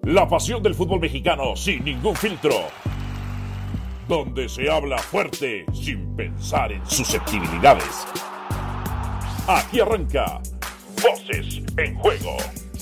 La pasión del fútbol mexicano sin ningún filtro. Donde se habla fuerte sin pensar en susceptibilidades. Aquí arranca Voces en Juego.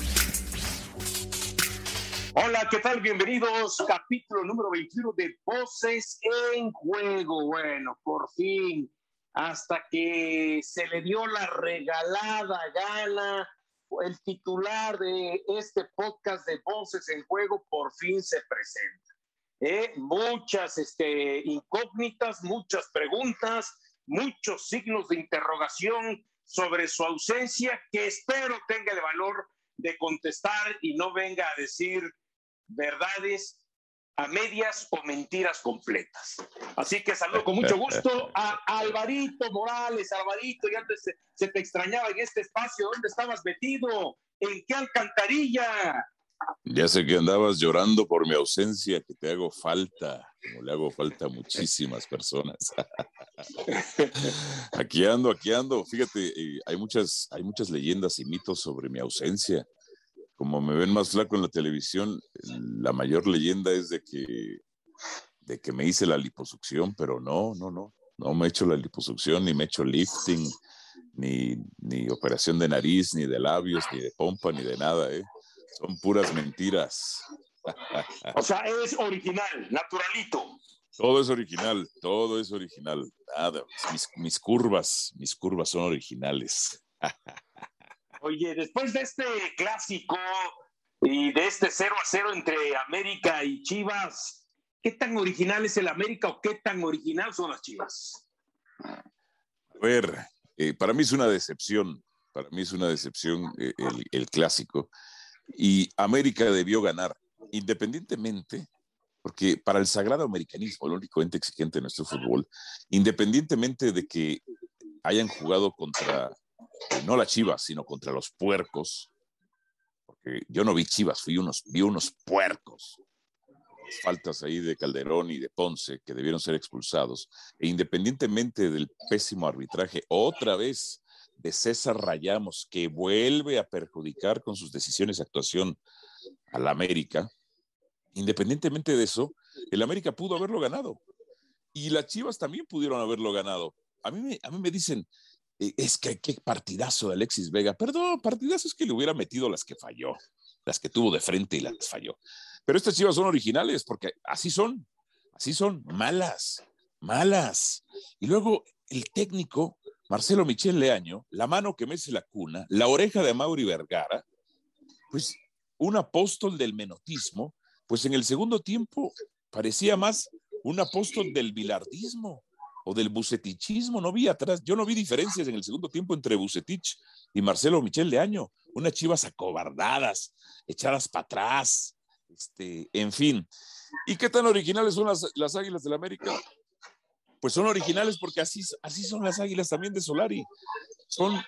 Hola, ¿qué tal? Bienvenidos. Capítulo número 21 de Voces en Juego. Bueno, por fin, hasta que se le dio la regalada gana, el titular de este podcast de Voces en Juego por fin se presenta. Muchas incógnitas, muchas preguntas, muchos signos de interrogación sobre su ausencia que espero tenga el valor de contestar y no venga a decir verdades a medias o mentiras completas. Así que saludo con mucho gusto a Alvarito Morales. Alvarito, ya se te extrañaba en este espacio. ¿Dónde estabas metido? ¿En qué alcantarilla? Ya sé que andabas llorando por mi ausencia, que te hago falta, como le hago falta a muchísimas personas. Aquí ando. Fíjate, hay muchas leyendas y mitos sobre mi ausencia. Como me ven más flaco en la televisión, la mayor leyenda es de que me hice la liposucción, pero no me he hecho la liposucción, ni me he hecho lifting, ni operación de nariz, ni de labios, ni de pompa, ni de nada, Son puras mentiras. O sea, es original, naturalito. Todo es original. Nada, mis curvas son originales. Oye, después de este clásico y de este 0-0 entre América y Chivas, ¿qué tan original es el América o qué tan original son las Chivas? A ver, para mí es una decepción. El clásico. Y América debió ganar, independientemente, porque para el sagrado americanismo, el único ente exigente de nuestro fútbol, independientemente de que hayan jugado contra, no las Chivas, sino contra los puercos, porque yo no vi Chivas, vi unos puercos. Las faltas ahí de Calderón y de Ponce, que debieron ser expulsados, e independientemente del pésimo arbitraje, otra vez de César Rayamos, que vuelve a perjudicar con sus decisiones de actuación al América, independientemente de eso, el América pudo haberlo ganado. Y las Chivas también pudieron haberlo ganado. A mí me dicen, es que qué partidazo de Alexis Vega. Perdón, partidazo es que le hubiera metido las que falló, las que tuvo de frente y las falló. Pero estas Chivas son originales porque así son, malas. Y luego el técnico, Marcelo Michel Leaño, la mano que mece la cuna, la oreja de Mauri Vergara, pues un apóstol del menotismo, pues en el segundo tiempo parecía más un apóstol del bilardismo o del bucetichismo. Yo no vi diferencias en el segundo tiempo entre Bucetich y Marcelo Michel Leaño. Unas Chivas acobardadas, echadas para atrás, en fin. ¿Y qué tan originales son las Águilas del América? Pues son originales porque así son las Águilas también de Solari. Son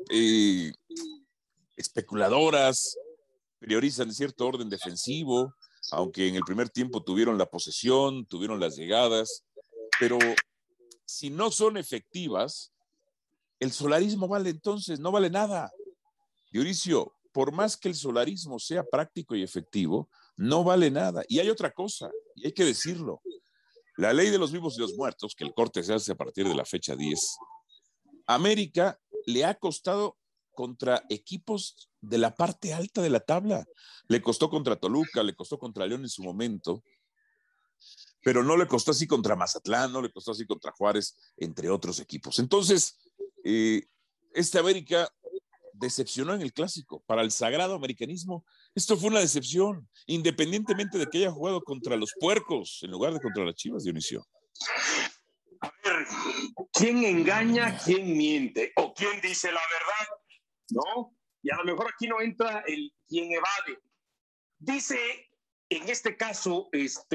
especuladoras, priorizan cierto orden defensivo, aunque en el primer tiempo tuvieron la posesión, tuvieron las llegadas, pero si no son efectivas, el solarismo no vale nada. Dionisio, por más que el solarismo sea práctico y efectivo, no vale nada. Y hay otra cosa, y hay que decirlo. La ley de los vivos y los muertos, que el corte se hace a partir de la fecha 10, América le ha costado contra equipos de la parte alta de la tabla. Le costó contra Toluca, le costó contra León en su momento, pero no le costó así contra Mazatlán, no le costó así contra Juárez, entre otros equipos. Entonces, América decepcionó en el clásico. Para el sagrado americanismo, esto fue una decepción, independientemente de que haya jugado contra los puercos en lugar de contra las Chivas, Dionisio. A ver, ¿quién engaña, quién miente? ¿O quién dice la verdad? ¿No? Y a lo mejor aquí no entra el quien evade. Dice, en este caso,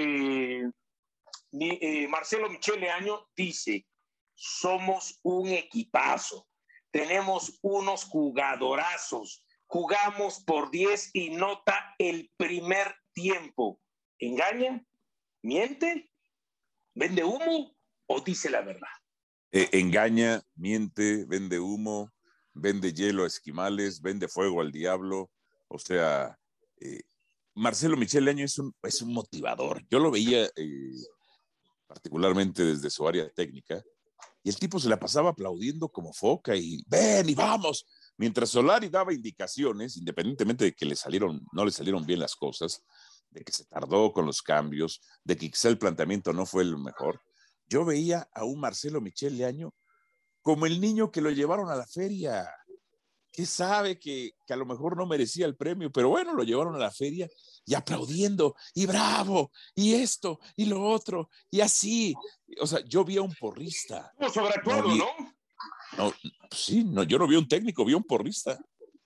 Marcelo Michel Leaño dice, somos un equipazo, tenemos unos jugadorazos, jugamos por 10 y nota el primer tiempo. ¿Engaña? ¿Miente? ¿Vende humo o dice la verdad? Engaña, miente, vende humo, vende hielo a esquimales, vende fuego al diablo. O sea, Marcelo Michel Leaño es un motivador. Yo lo veía particularmente desde su área técnica, y el tipo se la pasaba aplaudiendo como foca y ven y vamos. Mientras Solari daba indicaciones, independientemente de que no le salieron bien las cosas, de que se tardó con los cambios, de que quizá el planteamiento no fue el mejor, yo veía a un Marcelo Michel Leaño como el niño que lo llevaron a la feria, que sabe que a lo mejor no merecía el premio, pero bueno, lo llevaron a la feria y aplaudiendo, y bravo, y esto, y lo otro, y así. O sea, yo vi a un porrista. Como sobreactuado, ¿no? No, sí, no, yo no vi a un técnico, vi a un porrista.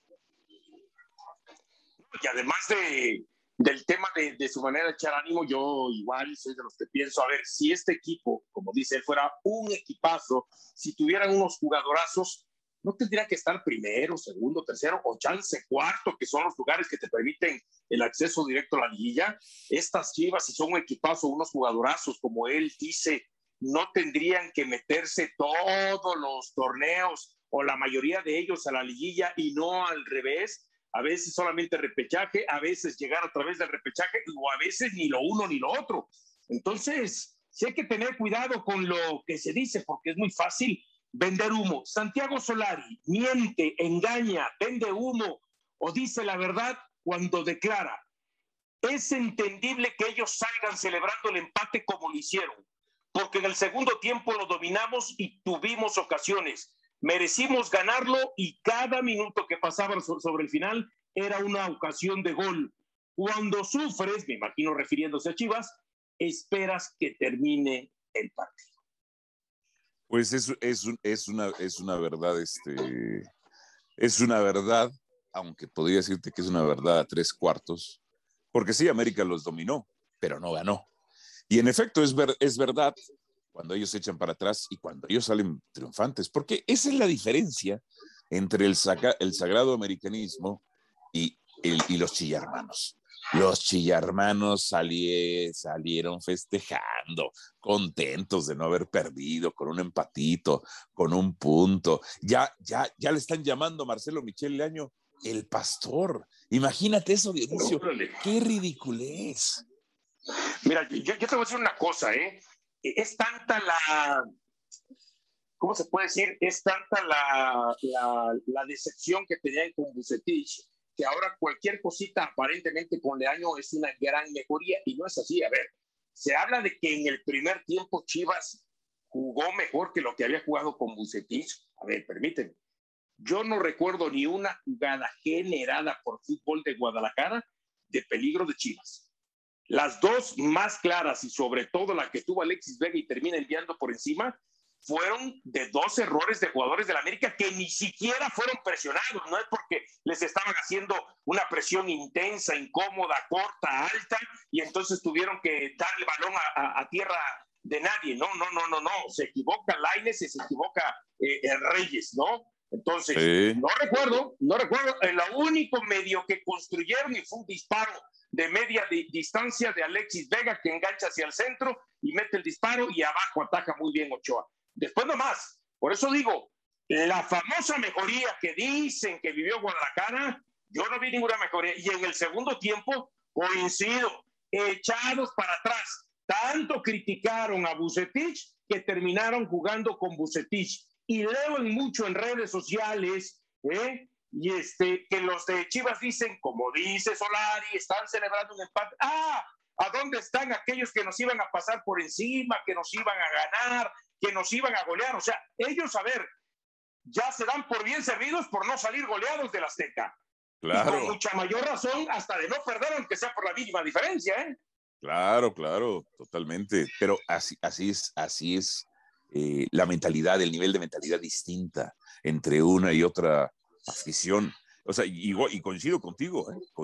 Y además del tema de su manera de echar ánimo, yo igual soy de los que pienso, a ver, si este equipo, como dice él, fuera un equipazo, si tuvieran unos jugadorazos, no tendría que estar primero, segundo, tercero o chance cuarto, que son los lugares que te permiten el acceso directo a la liguilla. Estas Chivas, si son un equipazo, unos jugadorazos, como él dice, no tendrían que meterse todos los torneos o la mayoría de ellos a la liguilla y no al revés. A veces solamente repechaje, a veces llegar a través del repechaje o a veces ni lo uno ni lo otro. Entonces, sí hay que tener cuidado con lo que se dice porque es muy fácil vender humo. Santiago Solari miente, engaña, vende humo o dice la verdad cuando declara. Es entendible que ellos salgan celebrando el empate como lo hicieron, porque en el segundo tiempo lo dominamos y tuvimos ocasiones. Merecimos ganarlo y cada minuto que pasaba sobre el final era una ocasión de gol. Cuando sufres, me imagino refiriéndose a Chivas, esperas que termine el partido. Pues es una verdad, es una verdad, aunque podría decirte que es una verdad a 3/4, porque sí, América los dominó, pero no ganó. Y en efecto, es verdad cuando ellos se echan para atrás y cuando ellos salen triunfantes, porque esa es la diferencia entre el sagrado americanismo y los chillarmanos. Los chillarmanos salieron festejando, contentos de no haber perdido, con un empatito, con un punto. Ya le están llamando a Marcelo Michel Leaño el pastor. Imagínate eso, Dionisio. ¡Qué ridiculez! Mira, yo te voy a decir una cosa, ¿eh? Es tanta ¿cómo se puede decir? Es tanta la decepción que tenían con Vucetich, que ahora cualquier cosita aparentemente con Leaño es una gran mejoría, y no es así. A ver, se habla de que en el primer tiempo Chivas jugó mejor que lo que había jugado con Vucetich. A ver, permíteme. Yo no recuerdo ni una jugada generada por Fútbol de Guadalajara de peligro de Chivas. Las dos más claras y sobre todo la que tuvo Alexis Vega y termina enviando por encima fueron de dos errores de jugadores del América que ni siquiera fueron presionados. No es porque les estaban haciendo una presión intensa, incómoda, corta, alta y entonces tuvieron que dar el balón a tierra de nadie. No. Se equivoca Lainez, se equivoca Reyes, ¿no? Entonces, sí. No recuerdo, el único medio que construyeron y fue un disparo de media distancia de Alexis Vega que engancha hacia el centro y mete el disparo y abajo ataja muy bien Ochoa. Después no más. Por eso digo, la famosa mejoría que dicen que vivió Guadalajara, yo no vi ninguna mejoría. Y en el segundo tiempo, coincido, echados para atrás. Tanto criticaron a Vucetich que terminaron jugando con Vucetich. Y leo mucho en redes sociales, que los de Chivas dicen, como dice Solari, están celebrando un empate. ¿A dónde están aquellos que nos iban a pasar por encima, que nos iban a ganar, que nos iban a golear? O sea, ellos, a ver, ya se dan por bien servidos por no salir goleados del Azteca. Claro. Y con mucha mayor razón, hasta de no perder, aunque sea por la mínima diferencia, ¿eh? Claro, totalmente. Pero así es la mentalidad, el nivel de mentalidad distinta entre una y otra afición. O sea, y coincido contigo,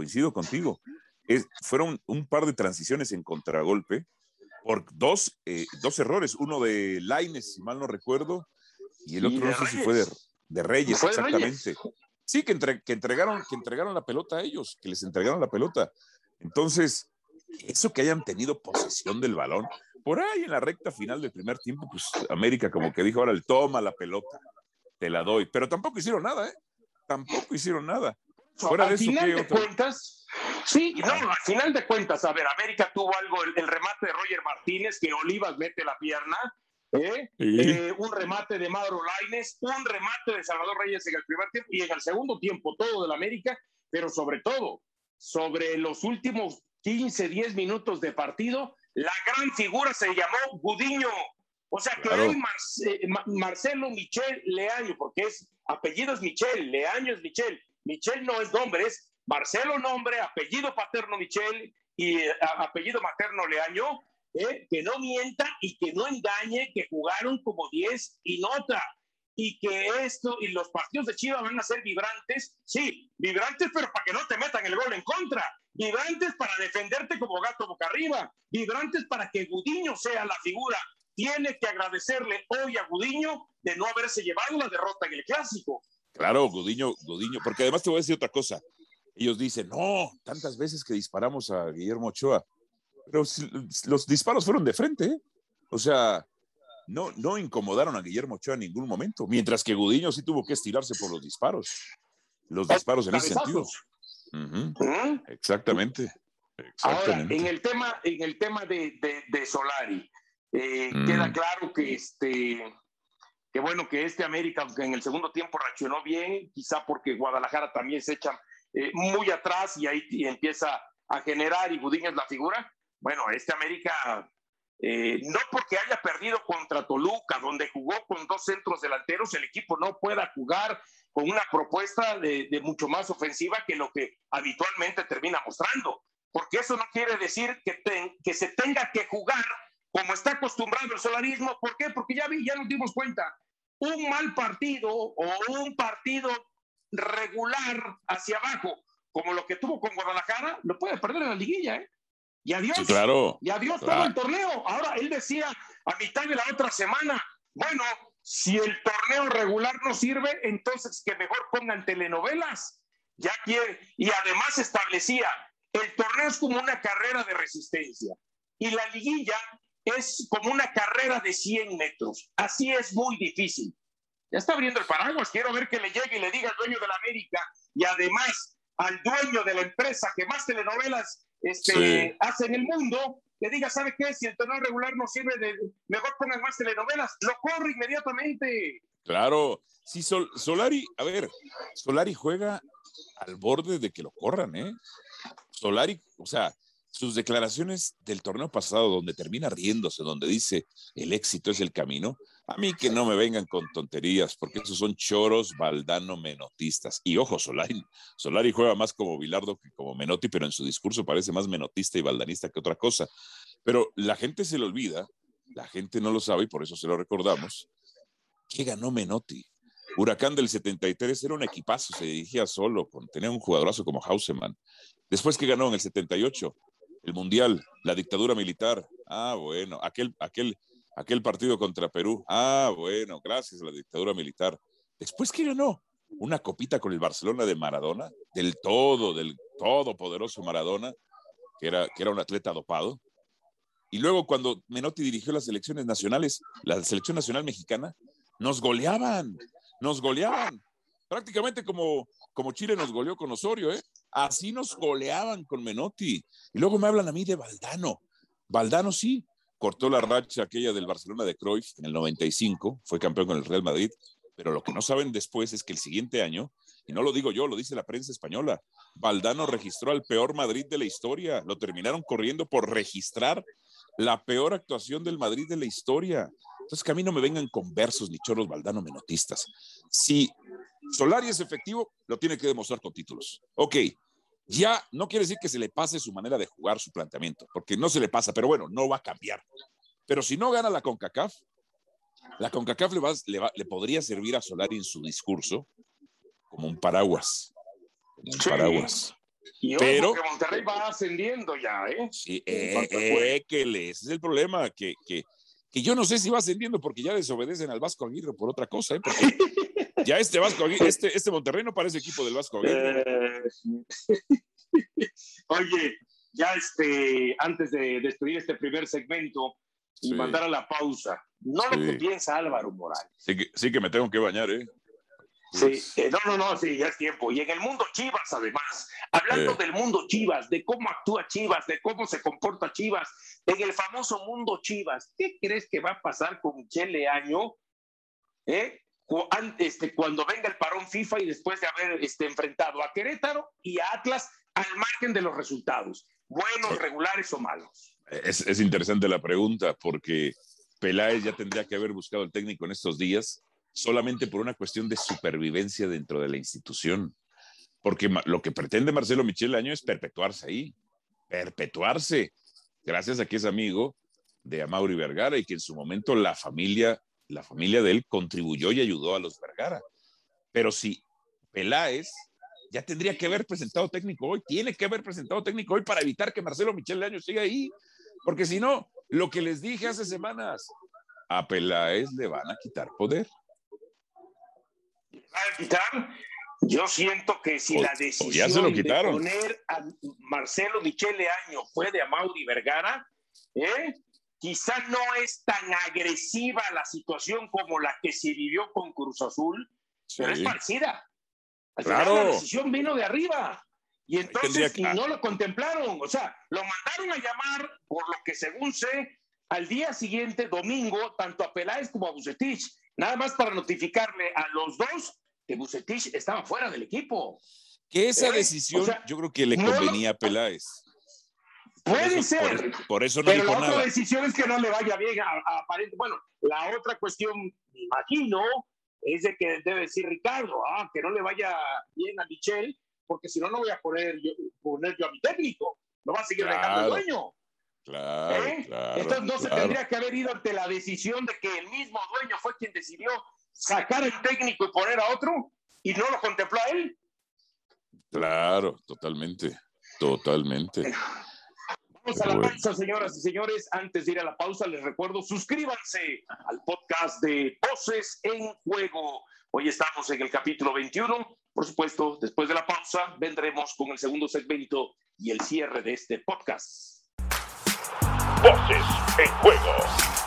fueron un par de transiciones en contragolpe por dos errores, uno de Lainez, si mal no recuerdo, y el otro no sé si fue de Reyes, exactamente. Reyes. Sí, que entregaron la pelota a ellos, que les entregaron la pelota. Entonces, eso que hayan tenido posesión del balón, por ahí en la recta final del primer tiempo, pues América como que dijo, ahora toma la pelota, te la doy. Pero tampoco hicieron nada, Tampoco hicieron nada. Fuera de eso, final de cuentas, Sí, no, al final de cuentas, a ver, América tuvo algo, el remate de Roger Martínez, que Olivas mete la pierna, un remate de Mauro Lainez, un remate de Salvador Reyes en el primer tiempo y en el segundo tiempo todo del América, pero sobre todo, sobre los últimos 15, 10 minutos de partido, la gran figura se llamó Gudiño. O sea que claro. Marcelo Michel Leaño, porque apellido es Michel, Leaño es Michel. Michel no es nombre, es Marcelo nombre, apellido paterno Michel y apellido materno Leaño, que no mienta y que no engañe, que jugaron como 10 y nota. Y que y los partidos de Chivas van a ser vibrantes, sí, vibrantes, pero para que no te metan el gol en contra, vibrantes para defenderte como gato boca arriba, vibrantes para que Gudiño sea la figura. Tiene que agradecerle hoy a Gudiño de no haberse llevado la derrota en el Clásico. Claro, Gudiño, porque además te voy a decir otra cosa. Ellos dicen, no, tantas veces que disparamos a Guillermo Ochoa, pero los disparos fueron de frente, ¿eh? O sea, no incomodaron a Guillermo Ochoa en ningún momento, mientras que Gudiño sí tuvo que estirarse por los disparos en ese sentido. Exactamente. Ahora, en el tema de Solari, queda claro que bueno, que América, aunque en el segundo tiempo reaccionó bien, quizá porque Guadalajara también se echa muy atrás y ahí empieza a generar y Gudiño es la figura. Bueno, América, no porque haya perdido contra Toluca, donde jugó con 2 centros delanteros, el equipo no pueda jugar con una propuesta de mucho más ofensiva que lo que habitualmente termina mostrando, porque eso no quiere decir que se tenga que jugar como está acostumbrado el solarismo. ¿Por qué? Porque ya nos dimos cuenta, un mal partido o un partido regular hacia abajo, como lo que tuvo con Guadalajara, lo puede perder en la liguilla, ¿eh? Y adiós, sí, claro, y adiós todo el torneo. Ahora, él decía a mitad de la otra semana, bueno, si el torneo regular no sirve, entonces que mejor pongan telenovelas. Y además establecía, el torneo es como una carrera de resistencia y la liguilla es como una carrera de 100 metros. Así es muy difícil. Ya está abriendo el paraguas. Quiero ver que le llegue y le diga al dueño de la América y además al dueño de la empresa que más telenovelas hace en el mundo, que diga, ¿sabe qué? Si el torneo regular no sirve, mejor pongan más telenovelas. Lo corre inmediatamente. Claro. Sí, Solari juega al borde de que lo corran, ¿eh? Solari, o sea, sus declaraciones del torneo pasado, donde termina riéndose, donde dice el éxito es el camino, a mí que no me vengan con tonterías, porque esos son choros Valdano menotistas. Y ojo, Solari juega más como Bilardo que como Menotti, pero en su discurso parece más menotista y valdanista que otra cosa. Pero la gente se le olvida, la gente no lo sabe y por eso se lo recordamos. ¿Qué ganó Menotti? Huracán del 73 era un equipazo, se dirigía solo, tenía un jugadorazo como Hausemann. Después, ¿qué ganó en el 78? El Mundial, la dictadura militar. Ah, bueno, aquel partido contra Perú. Ah, bueno, gracias a la dictadura militar. Después, ¿qué ganó? Una copita con el Barcelona de Maradona, del todopoderoso Maradona, que era un atleta dopado. Y luego, cuando Menotti dirigió las selecciones nacionales, la selección nacional mexicana, nos goleaban. Prácticamente como Chile nos goleó con Osorio, ¿eh? Así nos goleaban con Menotti. Y luego me hablan a mí de Valdano. Valdano sí, cortó la racha aquella del Barcelona de Cruyff en el 95, fue campeón con el Real Madrid, pero lo que no saben después es que el siguiente año, y no lo digo yo, lo dice la prensa española, Valdano registró al peor Madrid de la historia. Lo terminaron corriendo por registrar la peor actuación del Madrid de la historia. Entonces, que a mí no me vengan con versos ni chorros Valdano menotistas. Si Solari es efectivo, lo tiene que demostrar con títulos. Ok, ya no quiere decir que se le pase su manera de jugar, su planteamiento, porque no se le pasa, pero bueno, no va a cambiar. Pero si no gana la CONCACAF le podría servir a Solari en su discurso como un paraguas. Y pero que Monterrey va ascendiendo ya, ¿eh? Sí, ese es el problema, que yo no sé si va ascendiendo porque ya desobedecen al Vasco Aguirre por otra cosa, ¿eh? Porque ya Vasco Aguirre, este Monterrey no parece equipo del Vasco Aguirre. Oye, ya antes de destruir este primer segmento y mandar a la pausa, no lo que piensa Álvaro Morales. Sí que me tengo que bañar, ¿eh? Sí, no, sí, ya es tiempo. Y en el mundo Chivas, además, hablando del mundo Chivas, de cómo actúa Chivas, de cómo se comporta Chivas, en el famoso mundo Chivas, ¿qué crees que va a pasar con Michele Año? Cuando venga el parón FIFA y después de haber enfrentado a Querétaro y a Atlas al margen de los resultados, buenos, regulares o malos. Es interesante la pregunta, porque Peláez ya tendría que haber buscado el técnico en estos días solamente por una cuestión de supervivencia dentro de la institución, porque lo que pretende Marcelo Michele Año es perpetuarse ahí, gracias a que es amigo de Amaury Vergara y que en su momento la familia de él contribuyó y ayudó a los Vergara. Pero si Peláez ya tendría que haber presentado técnico hoy, tiene que haber presentado técnico hoy para evitar que Marcelo Michele Año siga ahí, porque si no, lo que les dije hace semanas, a Peláez le van a quitar poder. ¿A quitar? Yo siento que si la decisión de poner a Marcelo Michele Año fue de Amaury Vergara, quizás no es tan agresiva la situación como la que se vivió con Cruz Azul, pero es parecida. Al final la decisión vino de arriba. Y entonces no lo contemplaron. O sea, lo mandaron a llamar, por lo que según sé, al día siguiente, domingo, tanto a Peláez como a Vucetich, nada más para notificarle a los dos que Vucetich estaba fuera del equipo. Que esa decisión yo creo que le convenía a Peláez. Puede ser. Por eso no dijo nada. Pero la otra decisión es que no le vaya bien aparente. Bueno, la otra cuestión, me imagino, es de que debe decir Ricardo, que no le vaya bien a Michel, porque si no, no voy a poner yo a mi técnico. No va a seguir dejando el dueño. Claro. Entonces no se tendría que haber ido ante la decisión de que el mismo dueño fue quien decidió sacar al técnico y poner a otro, y no lo contempló a él. Claro, totalmente. Vamos a la pausa, señoras y señores. Antes de ir a la pausa, les recuerdo, suscríbanse al podcast de Voces en Juego. Hoy estamos en el capítulo 21. Por supuesto, después de la pausa, vendremos con el segundo segmento y el cierre de este podcast. Voces en Juego.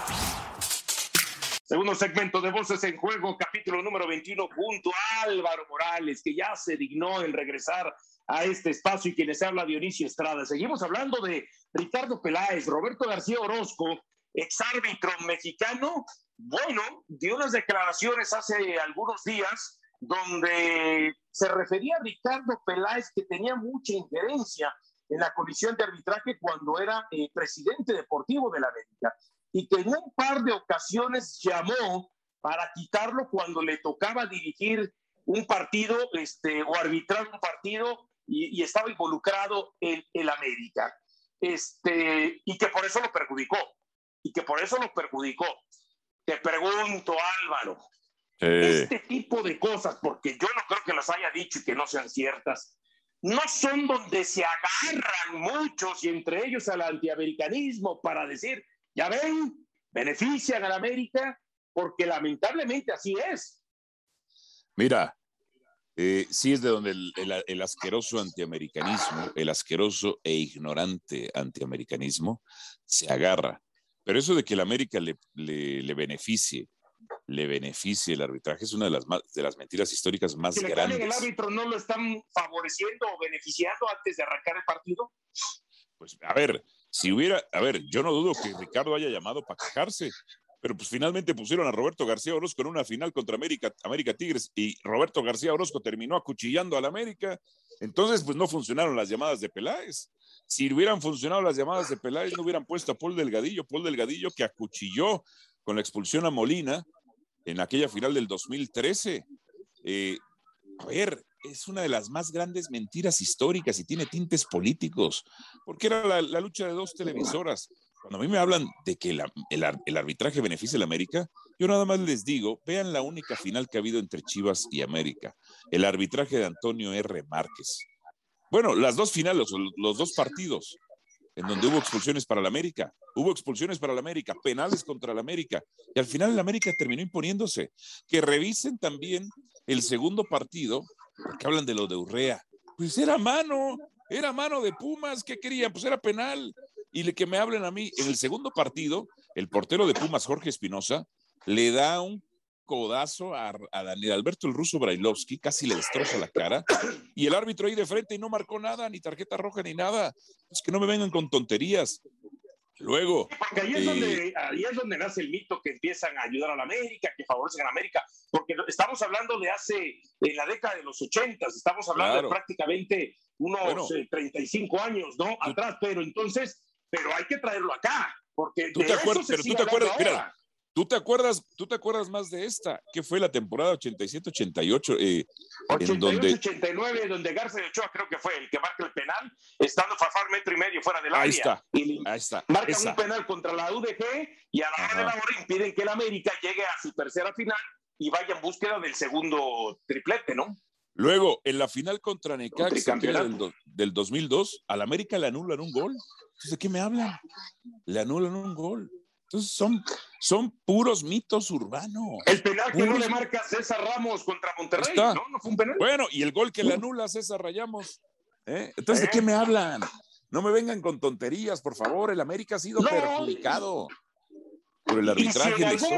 Segundo segmento de Voces en Juego, capítulo número 21, junto a Álvaro Morales, que ya se dignó en regresar a este espacio, y quien les habla, Dionisio Estrada. Seguimos hablando de Ricardo Peláez. Roberto García Orozco, exárbitro mexicano, dio unas declaraciones hace algunos días donde se refería a Ricardo Peláez, que tenía mucha injerencia en la comisión de arbitraje cuando era presidente deportivo de la América, y que en un par de ocasiones llamó para quitarlo cuando le tocaba dirigir un partido o arbitrar un partido y estaba involucrado en el América. Y que por eso lo perjudicó. Te pregunto, Álvaro, este tipo de cosas, porque yo no creo que las haya dicho y que no sean ciertas, no son donde se agarran muchos, y entre ellos al antiamericanismo, para decir, ya ven, benefician a la América, porque lamentablemente así es. Mira, sí es de donde el asqueroso antiamericanismo, el asqueroso e ignorante antiamericanismo se agarra. Pero eso de que la América le beneficie el arbitraje es una de las mentiras históricas más si grandes. ¿El árbitro no lo están favoreciendo o beneficiando antes de arrancar el partido? Pues yo no dudo que Ricardo haya llamado para quejarse, pero pues finalmente pusieron a Roberto García Orozco en una final contra América Tigres, y Roberto García Orozco terminó acuchillando a la América. Entonces pues no funcionaron las llamadas de Peláez. Si hubieran funcionado las llamadas de Peláez, no hubieran puesto a Paul Delgadillo que acuchilló con la expulsión a Molina en aquella final del 2013. Es una de las más grandes mentiras históricas y tiene tintes políticos, porque era la lucha de dos televisoras. Cuando a mí me hablan de que el arbitraje beneficia a la América, yo nada más les digo, vean la única final que ha habido entre Chivas y América, el arbitraje de Antonio R. Márquez. Bueno, las dos finales, los dos partidos, en donde hubo expulsiones para la América, penales contra la América, y al final la América terminó imponiéndose. Que revisen también el segundo partido, porque hablan de lo de Urrea. Pues era mano de Pumas, ¿qué querían? Pues era penal. Y que me hablen a mí, en el segundo partido, el portero de Pumas, Jorge Espinosa, le da un codazo a Daniel Alberto el Ruso Brailovsky, casi le destroza la cara, y el árbitro ahí de frente y no marcó nada, ni tarjeta roja ni nada. Es que no me vengan con tonterías. Luego. Sí, porque ahí es donde nace el mito que empiezan a ayudar a la América, que favorecen a la América, porque estamos hablando de en la década de los 80, estamos hablando de prácticamente unos 35 años, ¿no? Atrás, pero hay que traerlo acá, porque ¿Tú te acuerdas? Mira, ¿tú te acuerdas más de esta? Que fue la temporada 87-88. 88-89, donde Garza de Ochoa creo que fue el que marca el penal, estando Fafá 1.5 metros fuera del área. Ahí está. Marcan un penal contra la UDG y a la hora de la hora impiden que el América llegue a su tercera final y vaya en búsqueda del segundo triplete, ¿no? Luego, en la final contra Necaxa del 2002, al América le anulan un gol. Entonces, ¿de qué me hablan? Le anulan un gol. Entonces son puros mitos urbanos. El penal que no le marca César Ramos contra Monterrey, ¿no? ¿No fue un penal? Bueno, y el gol que le anula a César Rayamos. Entonces, ¿de qué me hablan? No me vengan con tonterías, por favor. El América ha sido perjudicado por el arbitraje.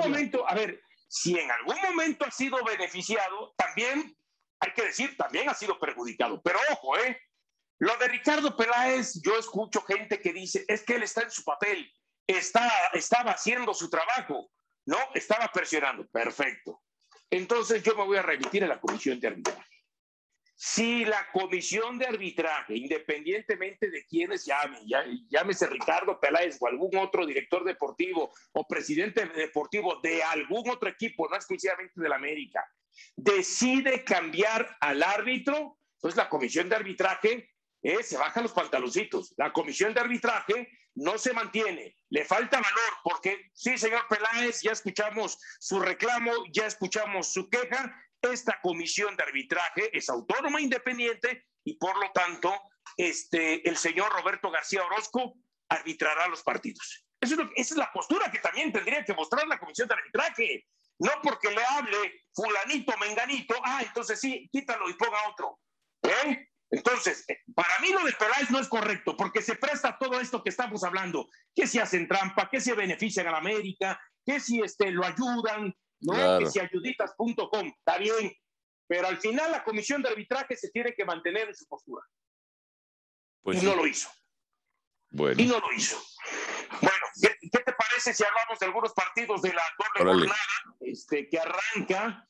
Si en algún momento ha sido beneficiado, también hay que decir, también ha sido perjudicado. Pero ojo, lo de Peláez, yo escucho gente que dice, es que él está en su papel. Estaba haciendo su trabajo, ¿no? Estaba presionando. Perfecto. Entonces yo me voy a remitir a la comisión de arbitraje. Si la comisión de arbitraje, independientemente de quienes llamen, llámese Ricardo Peláez o algún otro director deportivo o presidente deportivo de algún otro equipo, no exclusivamente del América, decide cambiar al árbitro, entonces la comisión de arbitraje se baja los pantaloncitos. La comisión de arbitraje no se mantiene, le falta valor, porque sí, señor Peláez, ya escuchamos su reclamo, ya escuchamos su queja. Esta comisión de arbitraje es autónoma, independiente, y por lo tanto, el señor Roberto García Orozco arbitrará los partidos. Esa es la postura que también tendría que mostrar la comisión de arbitraje. No porque le hable fulanito, menganito, entonces sí, quítalo y ponga otro. Entonces, para mí lo de Peláez no es correcto, porque se presta a todo esto que estamos hablando, que si hacen trampa, que se benefician a la América, que si lo ayudan, ¿no? Claro. Que si ayuditas.com, está bien, pero al final la comisión de arbitraje se tiene que mantener en su postura. Pues y sí. No lo hizo. Bueno. Y no lo hizo. Bueno, ¿qué te parece si hablamos de algunos partidos de la doble jornada que arranca?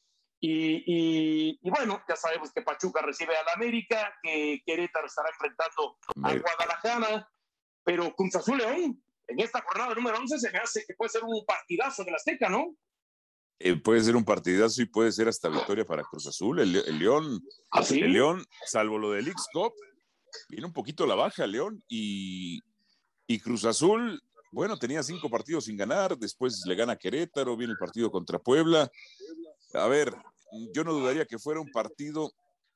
Y bueno, ya sabemos que Pachuca recibe al América, que Querétaro estará enfrentando a Guadalajara, pero Cruz Azul León, en esta jornada número 11 se me hace que puede ser un partidazo del Azteca, ¿no? Puede ser un partidazo y puede ser hasta victoria para Cruz Azul. El León, ¿sí? El León, salvo lo del X-Cup, viene un poquito a la baja el León y Cruz Azul, bueno, tenía 5 partidos sin ganar, después le gana Querétaro, viene el partido contra Puebla. A ver, yo no dudaría que fuera un partido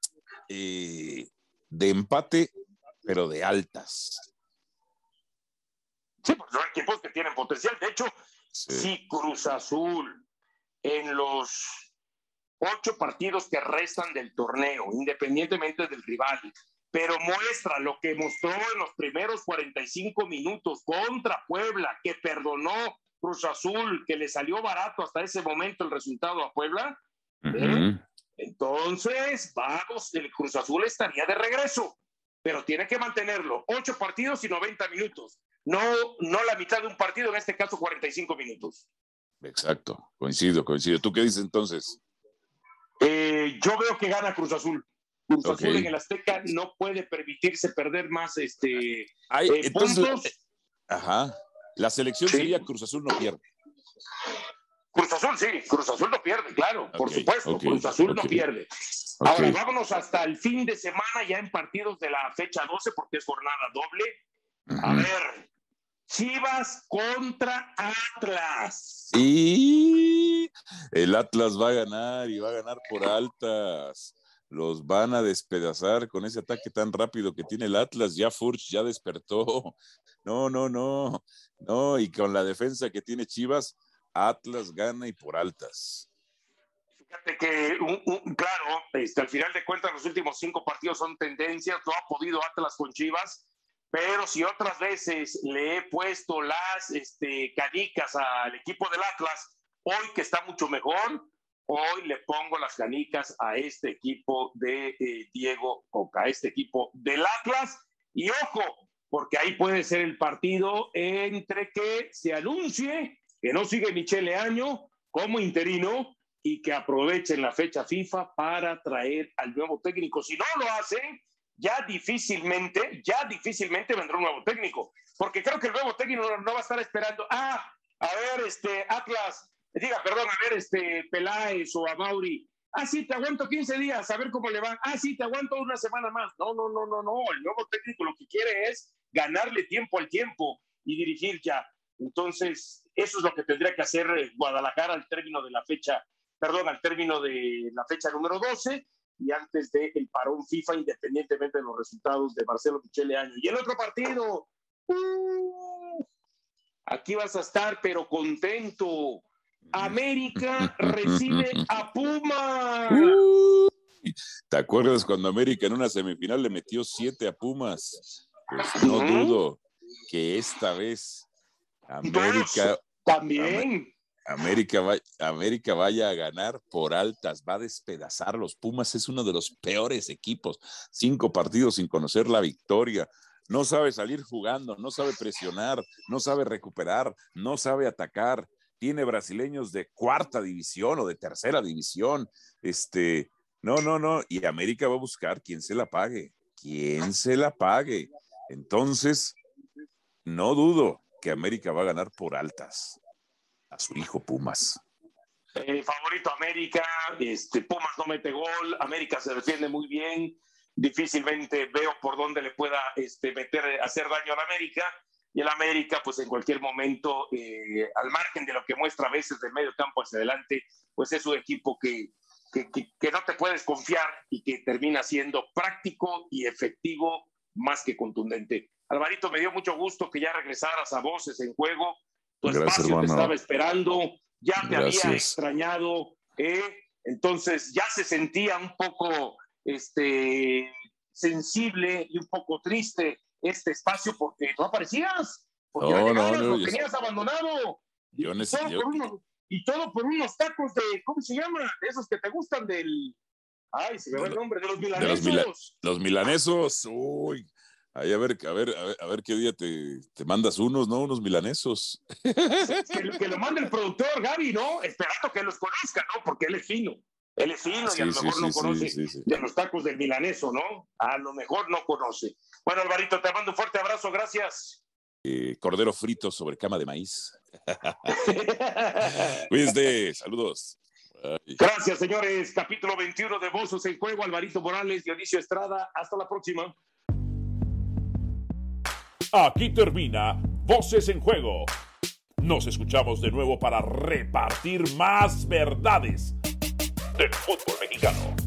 de empate, pero de altas. Sí, pues son equipos que tienen potencial. De hecho, si Cruz Azul en los 8 partidos que restan del torneo, independientemente del rival, pero muestra lo que mostró en los primeros 45 minutos contra Puebla, que perdonó Cruz Azul, que le salió barato hasta ese momento el resultado a Puebla, entonces, vamos, el Cruz Azul estaría de regreso, pero tiene que mantenerlo. 8 partidos y 90 minutos. No la mitad de un partido, en este caso 45 minutos. Exacto, coincido. ¿Tú qué dices entonces? Yo veo que gana Cruz Azul. Cruz Azul en el Azteca no puede permitirse perder más puntos. Ajá. La selección sería Cruz Azul no pierde. Cruz Azul no pierde, claro, por supuesto, Cruz Azul no pierde. Ahora, vámonos hasta el fin de semana, ya en partidos de la fecha 12, porque es jornada doble. A ver, Chivas contra Atlas. Y el Atlas va a ganar y va a ganar por altas. Los van a despedazar con ese ataque tan rápido que tiene el Atlas. Ya Furch ya despertó. No, y con la defensa que tiene Chivas, Atlas gana y por altas. Fíjate que, claro, al final de cuentas los últimos 5 partidos son tendencias, no ha podido Atlas con Chivas, pero si otras veces le he puesto las canicas al equipo del Atlas, hoy que está mucho mejor, hoy le pongo las canicas a este equipo de Diego Coca, a este equipo del Atlas. Y ojo, porque ahí puede ser el partido entre que se anuncie que no sigue Michele Año como interino y que aprovechen la fecha FIFA para traer al nuevo técnico. Si no lo hacen, ya difícilmente vendrá un nuevo técnico, porque creo que el nuevo técnico no va a estar esperando, a ver, Atlas, a ver, Peláez o a Mauri, sí, te aguanto 15 días, a ver cómo le va, sí, te aguanto una semana más. No, el nuevo técnico lo que quiere es ganarle tiempo al tiempo y dirigir ya. Entonces, eso es lo que tendría que hacer Guadalajara al término de la fecha número 12 y antes del parón FIFA, independientemente de los resultados de Marcelo Michele Año. Y el otro partido, aquí vas a estar, pero contento. América recibe a Pumas. ¿Te acuerdas cuando América en una semifinal le metió 7 a Pumas? Pues no dudo que esta vez América también. América vaya a ganar por altas, va a despedazar. Los Pumas es uno de los peores equipos. 5 partidos sin conocer la victoria. No sabe salir jugando, no sabe presionar, no sabe recuperar, no sabe atacar. Tiene brasileños de 4ª división o de 3ª división. No. Y América va a buscar quien se la pague. Entonces, no dudo que América va a ganar por altas a su hijo Pumas. Favorito América, Pumas no mete gol, América se defiende muy bien, difícilmente veo por dónde le pueda hacer daño a la América, y el América pues en cualquier momento, al margen de lo que muestra a veces del medio campo hacia adelante, pues es un equipo que no te puedes confiar y que termina siendo práctico y efectivo más que contundente. Alvarito, me dio mucho gusto que ya regresaras a Voces en Juego. Tu espacio hermano. Te estaba esperando, ya te había extrañado, entonces ya se sentía un poco sensible y un poco triste este espacio porque no aparecías, porque lo tenías abandonado. Y todo por unos tacos de, ¿cómo se llama? De esos que te gustan se me va el nombre, de los milanesos. Los milanesos, uy. Ahí a ver qué día te mandas unos milanesos. Que lo mande el productor, Gaby, ¿no? Esperando que los conozca, ¿no? Porque él es fino y a lo mejor no conoce de los tacos del milaneso, ¿no? A lo mejor no conoce. Bueno, Alvarito, te mando un fuerte abrazo, gracias. Cordero frito sobre cama de maíz. Cuídense, saludos. Bye. Gracias, señores. Capítulo 21 de Voces en Juego. Alvarito Morales, Dionisio Estrada. Hasta la próxima. Aquí termina Voces en Juego. Nos escuchamos de nuevo para repartir más verdades del fútbol mexicano.